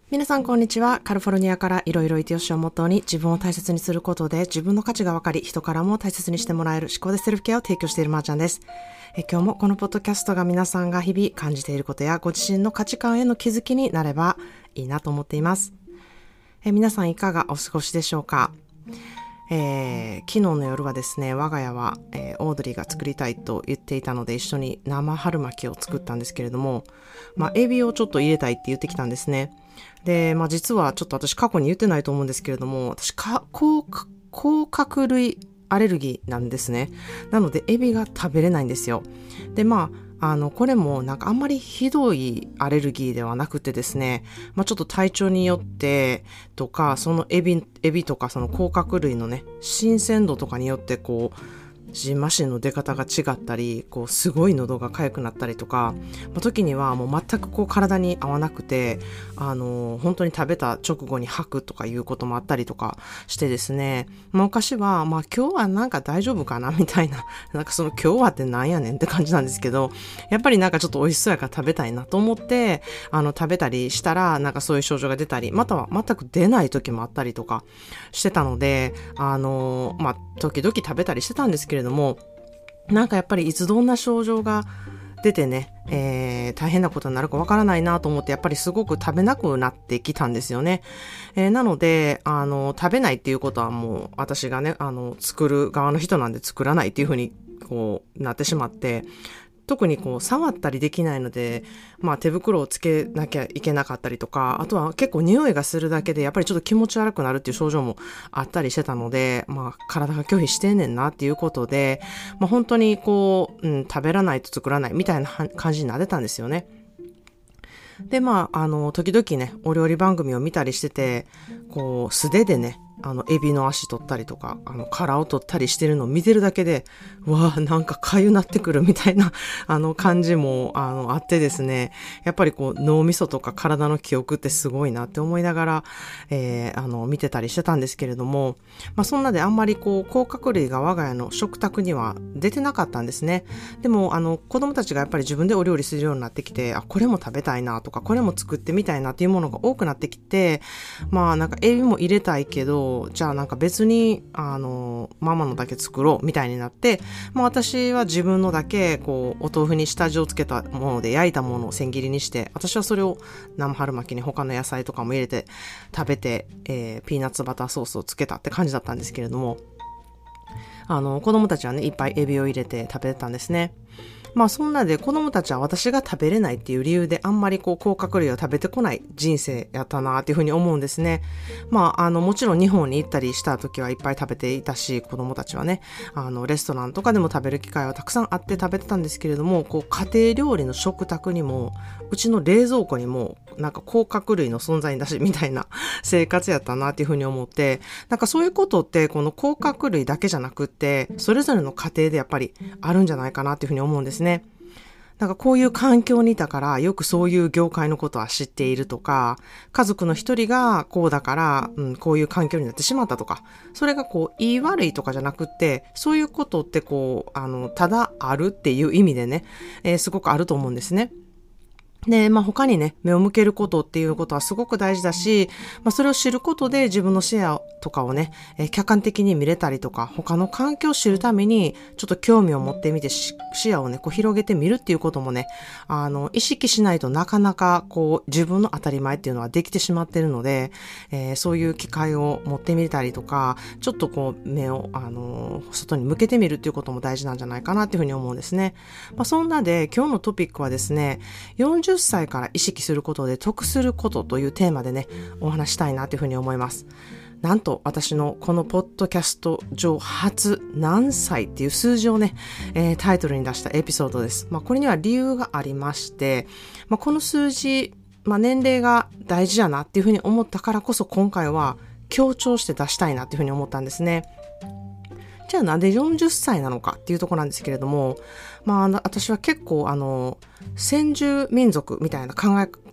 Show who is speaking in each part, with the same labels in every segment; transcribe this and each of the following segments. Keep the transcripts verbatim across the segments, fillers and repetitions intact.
Speaker 1: 皆さんこんにちは。カリフォルニアからいろいろいてよしをモットーに自分を大切にすることで自分の価値が分かり、人からも大切にしてもらえる思考でセルフケアを提供しているまーちゃんです。え今日もこのポッドキャストが皆さんが日々感じていることやご自身の価値観への気づきになればいいなと思っています。え皆さんいかがお過ごしでしょうか。えー、昨日の夜はですね、我が家は、えー、オードリーが作りたいと言っていたので一緒に生春巻きを作ったんですけれども、まあエビをちょっと入れたいって言ってきたんですね。で、まあ実はちょっと私過去に言ってないと思うんですけれども、私か甲甲殻類アレルギーなんですね。なのでエビが食べれないんですよ。で、まああの、これもなんかあんまりひどいアレルギーではなくてですね、まあちょっと体調によってとか、そのエビ、エビとかその甲殻類のね、新鮮度とかによってこう、ジンマシンの出方が違ったり、こうすごい喉が痒くなったりとか、まあ、時にはもう全くこう体に合わなくて、あの本当に食べた直後に吐くとかいうこともあったりとかしてですね、まあ、昔はまあ今日はなんか大丈夫かなみたいな、なんかその今日はってなんやねんって感じなんですけど、やっぱりなんかちょっと美味しそうやから食べたいなと思ってあの食べたりしたらなんかそういう症状が出たり、または全く出ない時もあったりとかしてたので、あのまあ時々食べたりしてたんですけれども、なんかやっぱりいつどんな症状が出てね、えー、大変なことになるかわからないなと思って、やっぱりすごく食べなくなってきたんですよね。えー、なので、あの、食べないっていうことはもう私がね、あの、作る側の人なんで作らないっていうふうにこうなってしまって、特にこう触ったりできないので、まあ手袋をつけなきゃいけなかったりとか、あとは結構匂いがするだけでやっぱりちょっと気持ち悪くなるっていう症状もあったりしてたので、まあ体が拒否してんねんなっていうことで、まあ本当にこう、うん、食べらないと作らないみたいな感じになってたんですよね。で、まあ、あの、時々ね、お料理番組を見たりしてて、こう、素手でね、あの、エビの足取ったりとか、あの、殻を取ったりしてるのを見てるだけで、うわぁ、なんか痒なってくるみたいな、あの、感じも、あの、あってですね、やっぱりこう、脳みそとか体の記憶ってすごいなって思いながら、えー、あの、見てたりしてたんですけれども、まあ、そんなであんまりこう、甲殻類が我が家の食卓には出てなかったんですね。でも、あの、子供たちがやっぱり自分でお料理するようになってきて、あ、これも食べたいなとか、これも作ってみたいなっていうものが多くなってきて、まあ、なんかエビも入れたいけど、じゃあなんか別にあのママのだけ作ろうみたいになって、まあ私は自分のだけこうお豆腐に下味をつけたもので焼いたものを千切りにして、私はそれを生春巻きに他の野菜とかも入れて食べて、えー、ピーナッツバターソースをつけたって感じだったんですけれども、あの子供たちはねいっぱいエビを入れて食べてたんですね。まあそんなで子供たちは私が食べれないっていう理由であんまりこう甲殻類を食べてこない人生やったなっていうふうに思うんですね。まああのもちろん日本に行ったりした時はいっぱい食べていたし、子供たちはね、あのレストランとかでも食べる機会はたくさんあって食べてたんですけれども、こう家庭料理の食卓にもうちの冷蔵庫にもなんか甲殻類の存在なしみたいな生活やったなっていうふうに思って、なんかそういうことってこの甲殻類だけじゃなくってそれぞれの家庭でやっぱりあるんじゃないかなっていうふうに思うんですね。なんかこういう環境にいたからよくそういう業界のことは知っているとか、家族の一人がこうだから、うん、こういう環境になってしまったとか、それがこう言い悪いとかじゃなくって、そういうことってこう、あの、ただあるっていう意味でね、えー、すごくあると思うんですね。で、まあ他にね、目を向けることっていうことはすごく大事だし、まあそれを知ることで自分の視野とかをね、えー、客観的に見れたりとか、他の環境を知るためにちょっと興味を持ってみて視野をね、こう広げてみるっていうこともね、あの、意識しないとなかなかこう自分の当たり前っていうのはできてしまってるので、えー、そういう機会を持ってみたりとか、ちょっとこう目を、あのー、外に向けてみるっていうことも大事なんじゃないかなっていうふうに思うんですね。まあそんなで今日のトピックはですね、よんじゅっさいから意識することで得することというテーマでね、お話したいなというふうに思います。なんと私のこのポッドキャスト上初何歳っていう数字をね、えー、タイトルに出したエピソードです。まあこれには理由がありまして、まあこの数字、まあ年齢が大事だなっていうふうに思ったからこそ今回は強調して出したいなっていうふうに思ったんですね。じゃあなんでよんじゅっさいなのかっていうところなんですけれども、まあ私は結構あの先住民族みたいな考え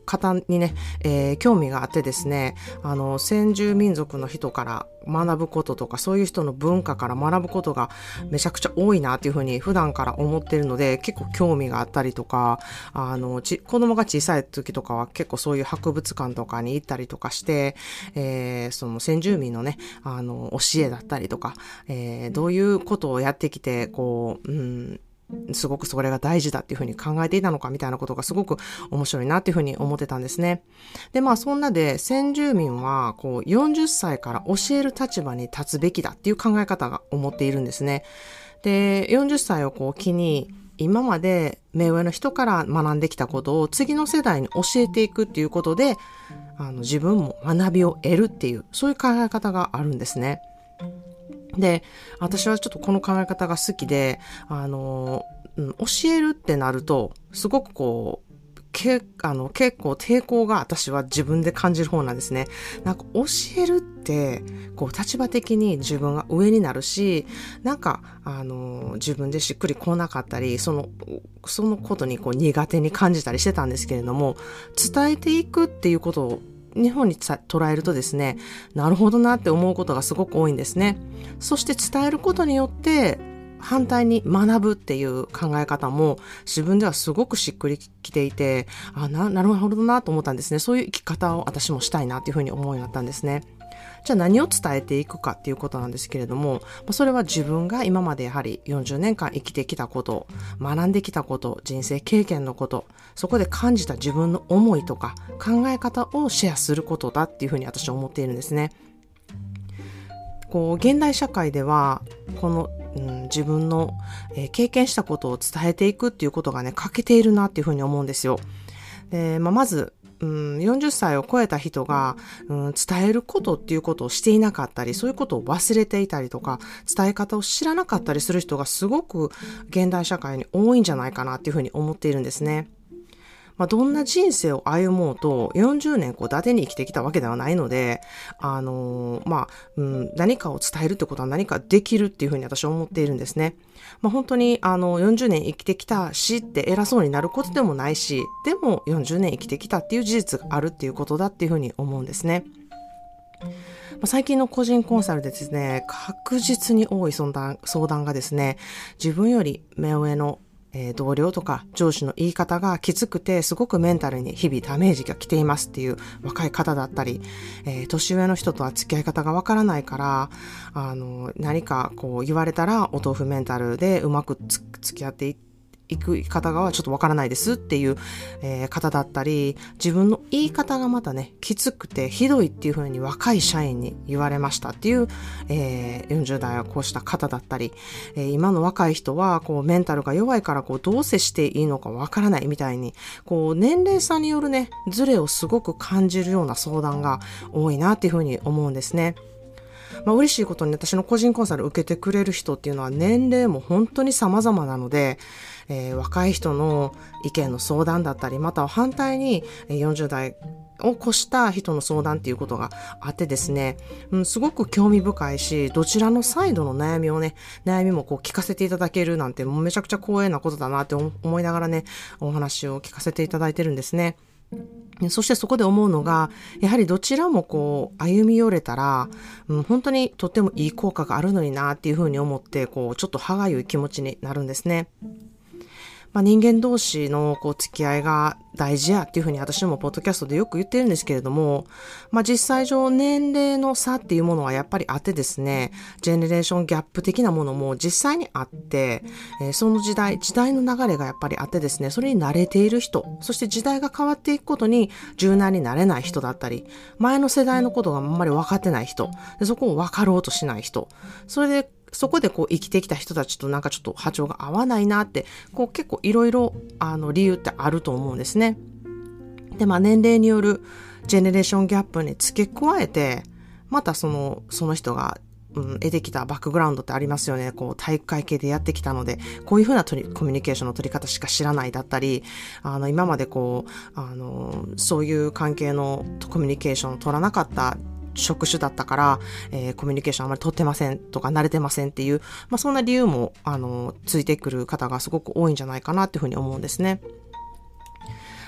Speaker 1: 方にね、えー、興味があってですね、あの、先住民族の人から学ぶこととか、そういう人の文化から学ぶことがめちゃくちゃ多いなっていうふうに普段から思ってるので、結構興味があったりとか、あの、ち子供が小さい時とかは結構そういう博物館とかに行ったりとかして、えー、その先住民のね、あの、教えだったりとか、えー、どういうことをやってきて、こう、うん、すごくそれが大事だっていうふうに考えていたのかみたいなことがすごく面白いなっていうふうに思ってたんですね。で、まあそんなで先住民はこうよんじゅっさいから教える立場に立つべきだっていう考え方が思っているんですね。で、よんじゅっさいをこう機に今まで目上の人から学んできたことを次の世代に教えていくっていうことで、あの自分も学びを得るっていう、そういう考え方があるんですね。で、私はちょっとこの考え方が好きで、あの、うん、教えるってなると、すごくこう、けあの結構抵抗が私は自分で感じる方なんですね。なんか教えるって、こう立場的に自分が上になるし、なんか、あの、自分でしっくりこなかったり、その、そのことにこう苦手に感じたりしてたんですけれども、伝えていくっていうことを日本に捉えるとですね、なるほどなって思うことがすごく多いんですね。そして伝えることによって反対に学ぶっていう考え方も自分ではすごくしっくりきていて、あ、な、なるほどなと思ったんですね。そういう生き方を私もしたいなっていうふうに思うようになったんですね。じゃあ何を伝えていくかっていうことなんですけれども、それは自分が今までやはりよんじゅうねんかん生きてきたこと、学んできたこと、人生経験のこと、そこで感じた自分の思いとか考え方をシェアすることだっていうふうに私は思っているんですね。こう現代社会ではこの、うん、自分の、えー、経験したことを伝えていくっていうことがね欠けているなっていうふうに思うんですよ。で、まあ、まずうん、よんじゅっさいを超えた人が、うん、伝えることっていうことをしていなかったり、そういうことを忘れていたりとか、伝え方を知らなかったりする人がすごく現代社会に多いんじゃないかなっていうふうに思っているんですね。まあ、どんな人生を歩もうとよんじゅうねんこう伊達に生きてきたわけではないので、あのー、まあ、うん、何かを伝えるってことは何かできるっていうふうに私は思っているんですね。まあ、本当にあのよんじゅうねん生きてきたしって偉そうになることでもないし、でもよんじゅうねん生きてきたっていう事実があるっていうことだっていうふうに思うんですね。最近の個人コンサルでですね、確実に多い相談、相談がですね、自分より目上のえー、同僚とか上司の言い方がきつくてすごくメンタルに日々ダメージが来ていますっていう若い方だったり、えー、年上の人とは付き合い方がわからないからあの何かこう言われたらお豆腐メンタルでうまくつ付き合っていって行く方がちょっとわからないですっていう、えー、方だったり、自分の言い方がまたね、きつくてひどいっていう風に若い社員に言われましたっていう、えー、よんじゅう代はこうした方だったり、えー、今の若い人はこうメンタルが弱いからこうどう接していいのかわからないみたいに、こう年齢差によるね、ズレをすごく感じるような相談が多いなっていう風に思うんですね。まあ、嬉しいことに私の個人コンサル受けてくれる人っていうのは年齢も本当に様々なので、えー、若い人の意見の相談だったり、または反対によんじゅう代を越した人の相談っていうことがあってですね、うん、すごく興味深いし、どちらのサイドの悩みをね、悩みもこう聞かせていただけるなんてもうめちゃくちゃ光栄なことだなって思いながらね、お話を聞かせていただいてるんですね。そしてそこで思うのが、やはりどちらもこう歩み寄れたら、うん、本当にとってもいい効果があるのになっていうふうに思って、こうちょっと歯がゆい気持ちになるんですね。まあ、人間同士のこう付き合いが大事やっていうふうに私もポッドキャストでよく言ってるんですけれども、まあ、実際上年齢の差っていうものはやっぱりあってですね、ジェネレーションギャップ的なものも実際にあって、えー、その時代、時代の流れがやっぱりあってですね、それに慣れている人、そして時代が変わっていくことに柔軟になれない人だったり、前の世代のことがあんまり分かってない人、でそこを分かろうとしない人、それでそこでこう生きてきた人たちとなんかちょっと波長が合わないなって、こう結構いろいろあの理由ってあると思うんですね。で、まあ年齢によるジェネレーションギャップに付け加えて、またその、その人が、うん、得てきたバックグラウンドってありますよね。こう体育会系でやってきたので、こういうふうな取りコミュニケーションの取り方しか知らないだったり、あの今までこう、あの、そういう関係のコミュニケーションを取らなかった職種だったから、えー、コミュニケーションあまり取ってませんとか慣れてませんっていう、まあそんな理由も、あの、ついてくる方がすごく多いんじゃないかなっていうふうに思うんですね。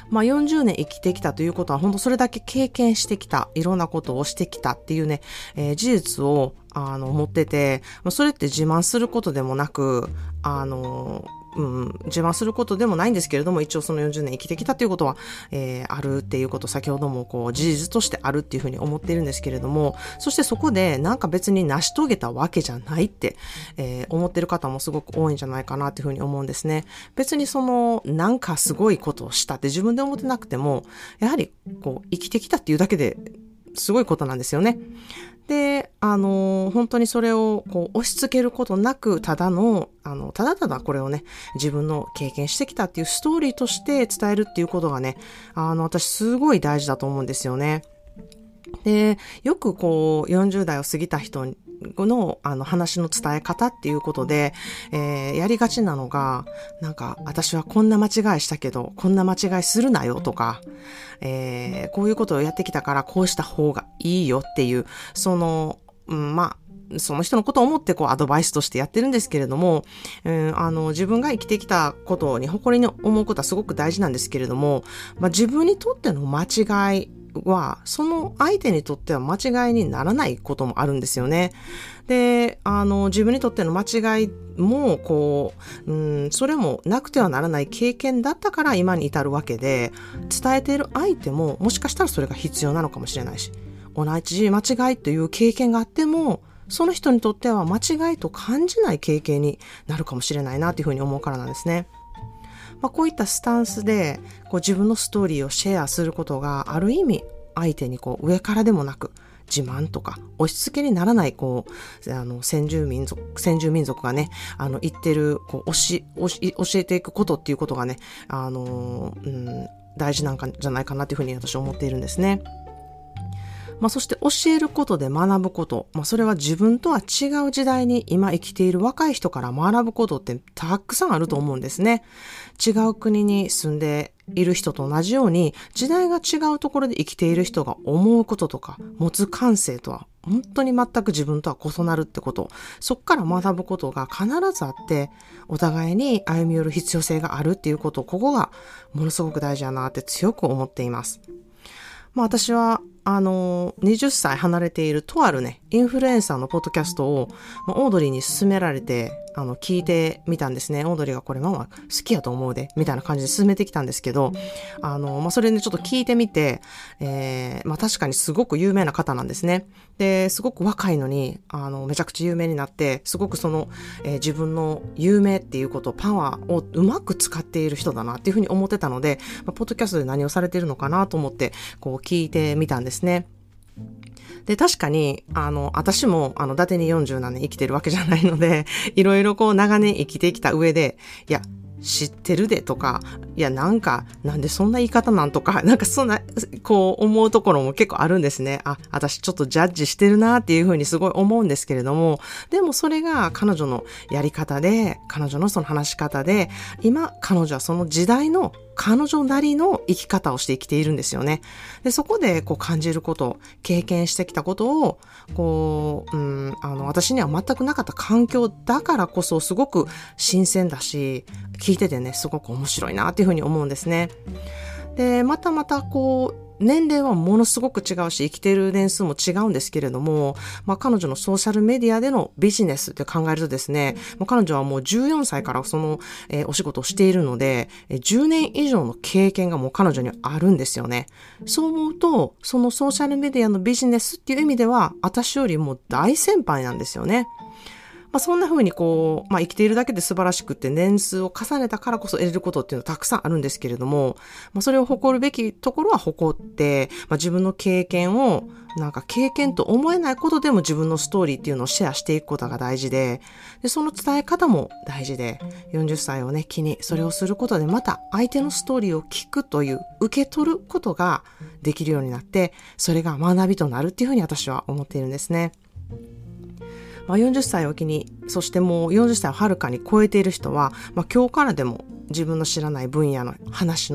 Speaker 1: まあよんじゅうねん生きてきたということは本当それだけ経験してきた、いろんなことをしてきたっていうね、えー、事実をあの持ってて、それって自慢することでもなく、あのうん、自慢することでもないんですけれども、一応そのよんじゅうねん生きてきたということは、えー、あるっていうこと、先ほどもこう事実としてあるっていうふうに思っているんですけれども、そしてそこでなんか別に成し遂げたわけじゃないって、えー、思ってる方もすごく多いんじゃないかなっていうふうに思うんですね。別にそのなんかすごいことをしたって自分で思ってなくても、やはりこう生きてきたっていうだけですごいことなんですよね。で、あの、本当にそれをこう押し付けることなく、ただの、あの、ただただこれをね、自分の経験してきたっていうストーリーとして伝えるっていうことがね、あの、私すごい大事だと思うんですよね。で、よくこう、よんじゅう代を過ぎた人の、あの、話の伝え方っていうことで、えー、やりがちなのが、なんか、私はこんな間違いしたけど、こんな間違いするなよとか、えー、こういうことをやってきたからこうした方がいいよっていう、その、うん、まあ、その人のことを思ってこうアドバイスとしてやってるんですけれども、うん、あの、自分が生きてきたことに誇りに思うことはすごく大事なんですけれども、まあ、自分にとっての間違いは、その相手にとっては間違いにならないこともあるんですよね。で、あの、自分にとっての間違いも、こう、うん、それもなくてはならない経験だったから今に至るわけで、伝えている相手ももしかしたらそれが必要なのかもしれないし、同じ間違いという経験があっても、その人にとっては間違いと感じない経験になるかもしれないなというふうに思うからなんですね。まあ、こういったスタンスでこう自分のストーリーをシェアすることがある意味相手にこう上からでもなく自慢とか押し付けにならないこうあの先住民族先住民族がねあの言ってるこう教え教えていくことっていうことがねあの、うん、大事なんかじゃないかなというふうに私は思っているんですね。まあ、そして教えることで学ぶこと、まあ、それは自分とは違う時代に今生きている若い人から学ぶことってたくさんあると思うんですね。違う国に住んでいる人と同じように時代が違うところで生きている人が思うこととか持つ感性とは本当に全く自分とは異なるってこと、そこから学ぶことが必ずあってお互いに歩み寄る必要性があるっていうこと、ここがものすごく大事だなって強く思っています。まあ私はあの、はたち離れているとあるね、インフルエンサーのポッドキャストを、まあ、オードリーに勧められて、あの、聞いてみたんですね。オードリーがこれママ好きやと思うで、みたいな感じで勧めてきたんですけど、あの、まあ、それでちょっと聞いてみて、えー、まあ、確かにすごく有名な方なんですね。で、すごく若いのに、あの、めちゃくちゃ有名になって、すごくその、えー、自分の有名っていうこと、パワーをうまく使っている人だなっていうふうに思ってたので、まあ、ポッドキャストで何をされているのかなと思って、こう聞いてみたんですね。で、確かに、あの、私も、あの、伊達によんじゅうなんねん生きてるわけじゃないので、いろいろこう長年生きてきた上で、いや、知ってるでとか、いや、なんか、なんでそんな言い方なんとか、なんかそんな、こう思うところも結構あるんですね。あ、私ちょっとジャッジしてるなっていうふうにすごい思うんですけれども、でもそれが彼女のやり方で、彼女のその話し方で、今、彼女はその時代の彼女なりの生き方をして生きているんですよね。で、そこでこう感じること、経験してきたことを、こう、うん、あの、私には全くなかった環境だからこそすごく新鮮だし、聞いててね、すごく面白いなっていうふうに思うんですね。で、またまたこう、年齢はものすごく違うし、生きている年数も違うんですけれども、まあ彼女のソーシャルメディアでのビジネスって考えるとですね、まあ、彼女はもうじゅうよんさいからその、えー、お仕事をしているので、じゅうねん以上の経験がもう彼女にはあるんですよね。そう思うと、そのソーシャルメディアのビジネスっていう意味では、私よりも大先輩なんですよね。まあ、そんな風にこう、まあ、生きているだけで素晴らしくって年数を重ねたからこそ得れることっていうのはたくさんあるんですけれども、まあ、それを誇るべきところは誇って、まあ、自分の経験をなんか経験と思えないことでも自分のストーリーっていうのをシェアしていくことが大事で、で、その伝え方も大事で、よんじゅっさいをね、機にそれをすることでまた相手のストーリーを聞くという、受け取ることができるようになって、それが学びとなるっていうふうに私は思っているんですね。まあ、よんじゅっさいを機に、そしてもうよんじゅっさいをはるかに超えている人は、まあ、今日からでも自分の知らない分野の話の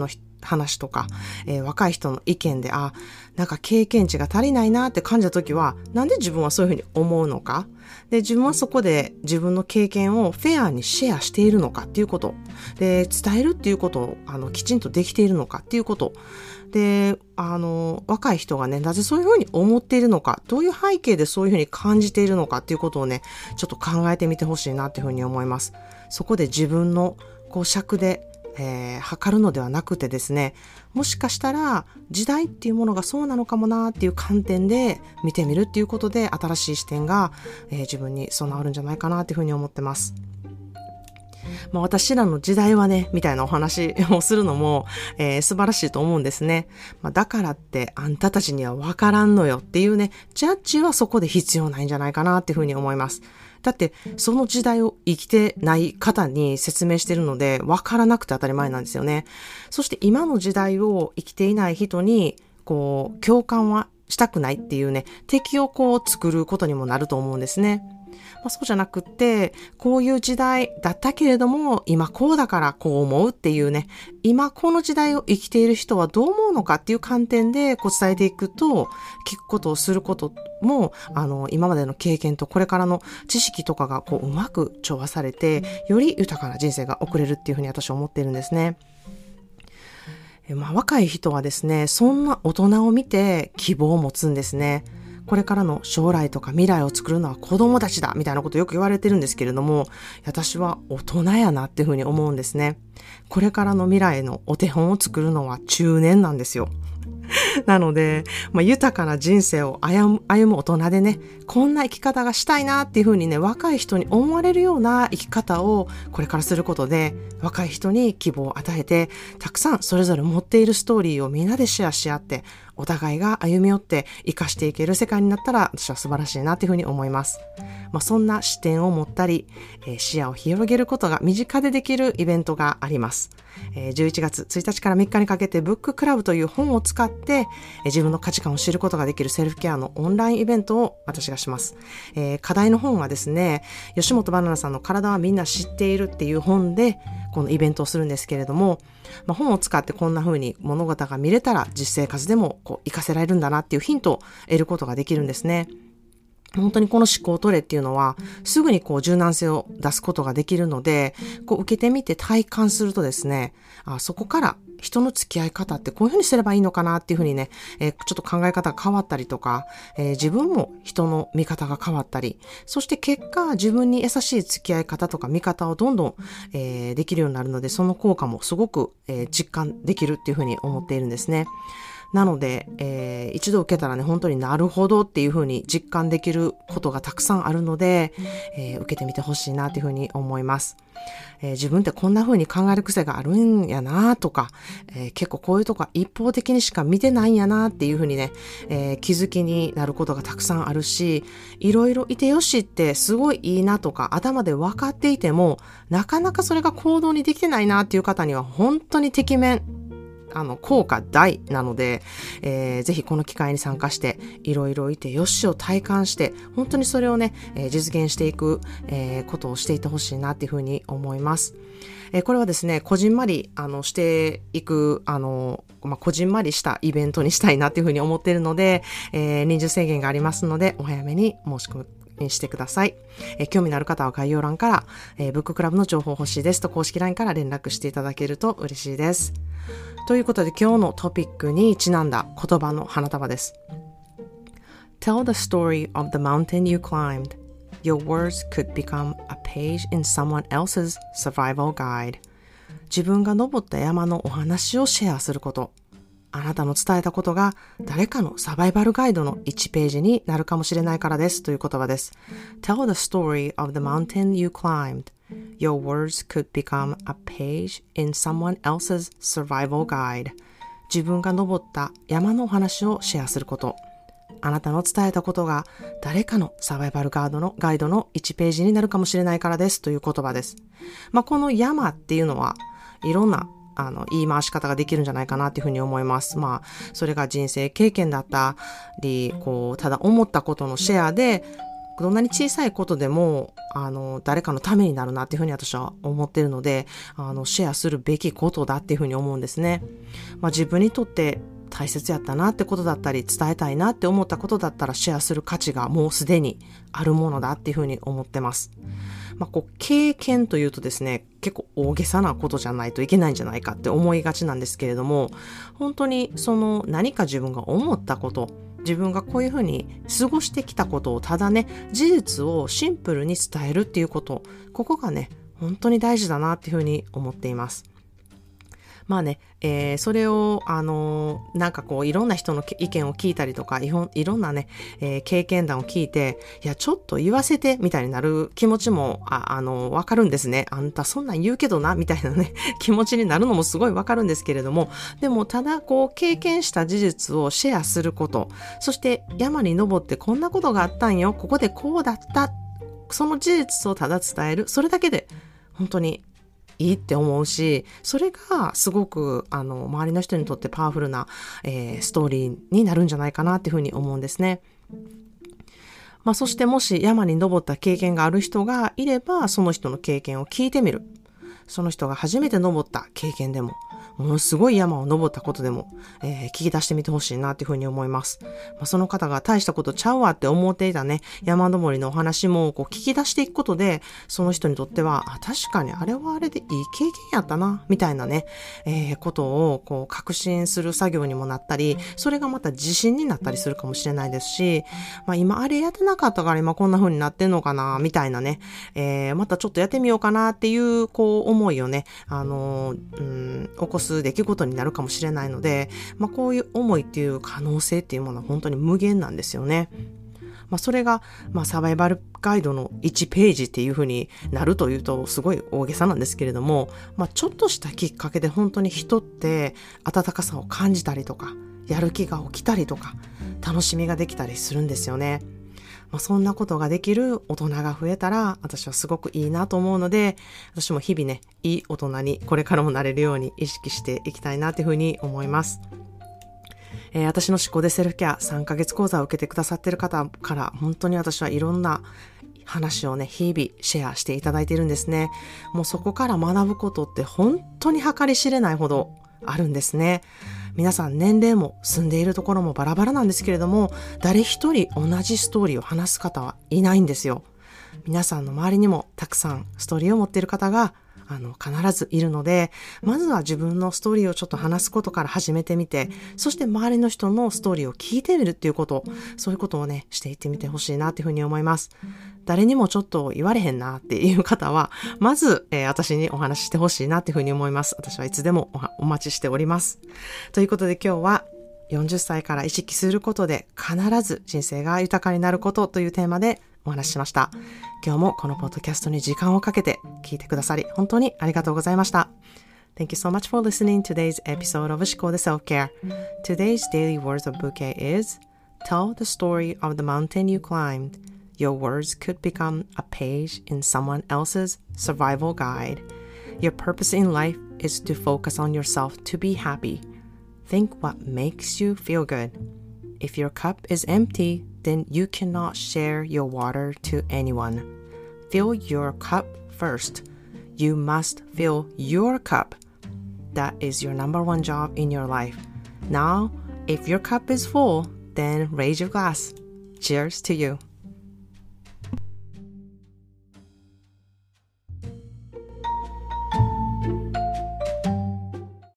Speaker 1: 話とか、えー、若い人の意見で、あ、なんか経験値が足りないなって感じたときは、なんで自分はそういうふうに思うのか。で、自分はそこで自分の経験をフェアにシェアしているのかっていうこと。で、伝えるっていうことを、あの、きちんとできているのかっていうこと。で、あの、若い人がね、なぜそういうふうに思っているのか、どういう背景でそういうふうに感じているのかっていうことをね、ちょっと考えてみてほしいなっていうふうに思います。そこで自分の、こう、尺で、えー、測るのではなくてですね、もしかしたら時代っていうものがそうなのかもなっていう観点で見てみるっていうことで新しい視点が、えー、自分に備わるんじゃないかなっていうふうに思ってます。まあ、私らの時代はね、みたいなお話をするのも、えー、素晴らしいと思うんですね。まあ、だからってあんたたちにはわからんのよっていうね、ジャッジはそこで必要ないんじゃないかなっていうふうに思います。だって、その時代を生きてない方に説明してるので、わからなくて当たり前なんですよね。そして今の時代を生きていない人に、こう、共感はしたくないっていうね、敵をこう作ることにもなると思うんですね。まあ、そうじゃなくって、こういう時代だったけれども、今こうだからこう思うっていうね、今この時代を生きている人はどう思うのかっていう観点でこう伝えていくと、聞くことをすることも、あの、今までの経験とこれからの知識とかがこううまく調和されて、より豊かな人生が送れるっていうふうに私は思っているんですね。まあ、若い人はですね、そんな大人を見て希望を持つんですね。これからの将来とか未来を作るのは子供たちだみたいなことよく言われてるんですけれども、私は大人やなっていうふうに思うんですね。これからの未来のお手本を作るのは中年なんですよ。なので、まあ、豊かな人生を歩む、歩む大人でね、こんな生き方がしたいなっていうふうにね、若い人に思われるような生き方をこれからすることで、若い人に希望を与えて、たくさんそれぞれ持っているストーリーをみんなでシェアし合って、お互いが歩み寄って生かしていける世界になったら、私は素晴らしいなっていうふうに思います。まあ、そんな視点を持ったり、えー、視野を広げることが身近でできるイベントがあります。えー、じゅういちがつついたちからみっかにかけてブッククラブという本を使って、えー、自分の価値観を知ることができるセルフケアのオンラインイベントを私がします。えー、課題の本はですね、吉本ばななさんの体はみんな知っているっていう本で、このイベントをするんですけれども、まあ、本を使ってこんな風に物事が見れたら実生活でもこう活かせられるんだなっていうヒントを得ることができるんですね。本当にこの思考トレっていうのはすぐにこう柔軟性を出すことができるので、こう受けてみて体感するとですね、あ、そこから人の付き合い方ってこういうふうにすればいいのかなっていうふうにね、えー、ちょっと考え方が変わったりとか、えー、自分も人の見方が変わったり、そして結果自分に優しい付き合い方とか見方をどんどん、えー、できるようになるので、その効果もすごく、えー、実感できるっていうふうに思っているんですね。なので、えー、一度受けたらね、本当になるほどっていう風に実感できることがたくさんあるので、えー、受けてみてほしいなっていう風に思います。えー、自分ってこんな風に考える癖があるんやなとか、えー、結構こういうとこ一方的にしか見てないんやなっていう風にね、えー、気づきになることがたくさんあるし、いろいろいてよしってすごいいいなとか頭で分かっていても、なかなかそれが行動にできてないなっていう方には本当にてきめんあの、効果大なので、えー、ぜひこの機会に参加して、いろいろいてよしを体感して、本当にそれをね、えー、実現していく、えー、ことをしていてほしいなっていうふうに思います。えー、これはですね、こじんまり、あの、していく、あの、まあ、こじんまりしたイベントにしたいなっていうふうに思っているので、えー、人数制限がありますので、お早めに申し込みしてください。えー、興味のある方は概要欄から、えー、ブッククラブの情報欲しいですと公式 ライン から連絡していただけると嬉しいです。ということで今日のトピックにちなんだ言葉の花束です。Tell the story of the mountain you climbed. Your words could become a page in someone else's survival guide. 自分が登った山のお話をシェアすること。あなたの伝えたことが誰かのサバイバルガイドのいちページになるかもしれないからですという言葉です。Tell the story of the mountain you climbed.Your words could become a page in someone else's survival guide. 自分が登った山のお話をシェアすること。あなたの伝えたことが誰かのサバイバルガイドのガイドのいちページになるかもしれないからですという言葉です。まあ、この山っていうのはいろんなあの言い回し方ができるんじゃないかなっていうふうに思います。まあ、それが人生経験だったり、こう、ただ思ったことのシェアで、 どんなに小さいことでも、あの、誰かのためになるなっていうふうに私は思ってるので、あの、シェアするべきことだっていうふうに思うんですね。まあ自分にとって大切やったなってことだったり、伝えたいなって思ったことだったらシェアする価値がもうすでにあるものだっていうふうに思ってます。まあ、こう、経験というとですね、結構大げさなことじゃないといけないんじゃないかって思いがちなんですけれども、本当にその何か自分が思ったこと、自分がこういうふうに過ごしてきたことをただね、事実をシンプルに伝えるっていうこと、ここがね、本当に大事だなっていうふうに思っています。まあね、えー、それを、あのー、なんかこう、いろんな人の意見を聞いたりとか、いろいろんなね、えー、経験談を聞いて、いや、ちょっと言わせて、みたいになる気持ちも、あ、あのー、わかるんですね。あんたそんなん言うけどな、みたいなね、気持ちになるのもすごいわかるんですけれども、でも、ただ、こう、経験した事実をシェアすること、そして山に登ってこんなことがあったんよ、ここでこうだった、その事実をただ伝える、それだけで、本当に、いいって思うし、それがすごくあの周りの人にとってパワフルな、えー、ストーリーになるんじゃないかなっていうふうに思うんですね。まあそしてもし山に登った経験がある人がいれば、その人の経験を聞いてみる。その人が初めて登った経験でも、ものすごい山を登ったことでも、えー、聞き出してみてほしいなっていうふうに思います。まあ、その方が大したことちゃうわって思っていたね、山登りのお話もこう聞き出していくことで、その人にとっては、あ、確かにあれはあれでいい経験やったな、みたいなね、えー、ことをこう確信する作業にもなったり、それがまた自信になったりするかもしれないですし、まあ今あれやってなかったから今こんな風になってんのかな、みたいなね、えー、またちょっとやってみようかなっていう、こう思いをね、あのー、うん、起こす出来事になるかもしれないので、まあこういう思いっていう可能性っていうものは本当に無限なんですよね。まあそれが、まあサバイバルガイドのいちページっていう風になるというとすごい大げさなんですけれども、まあちょっとしたきっかけで本当に人って温かさを感じたりとか、やる気が起きたりとか、楽しみができたりするんですよね。まあ、そんなことができる大人が増えたら私はすごくいいなと思うので、私も日々ね、いい大人にこれからもなれるように意識していきたいなというふうに思います。えー、私の思考でセルフケアさんかげつ講座を受けてくださっている方から本当に私はいろんな話をね、日々シェアしていただいているんですね。もうそこから学ぶことって本当に計り知れないほどあるんですね。皆さん年齢も住んでいるところもバラバラなんですけれども、誰一人同じストーリーを話す方はいないんですよ。皆さんの周りにもたくさんストーリーを持っている方があの必ずいるので、まずは自分のストーリーをちょっと話すことから始めてみて、そして周りの人のストーリーを聞いてみるっていうこと、そういうことをねしていってみてほしいなというふうに思います。誰にもちょっと言われへんなっていう方はまず、えー、私にお話ししてほしいなというふうに思います。私はいつでも お, お待ちしております。ということで今日はよんじゅっさいから意識することで必ず人生が豊かになることというテーマでお話ししました。今日もこのポッドキャストに時間をかけて聞いてくださり本当にありがとうございました。Thank you so much for listening to today's episode of 思考で Self-Care. Today's daily words of bouquet is Tell the story of the mountain you climbed. Your words could become a page in someone else's survival guide. Your purpose in life is to focus on yourself to be happy. Think what makes you feel good. If your cup is empty, then you cannot share your water to anyone. Fill your cup first. You must fill your cup. That is your number one job in your life. Now, if your cup is full, then raise your glass. Cheers to you.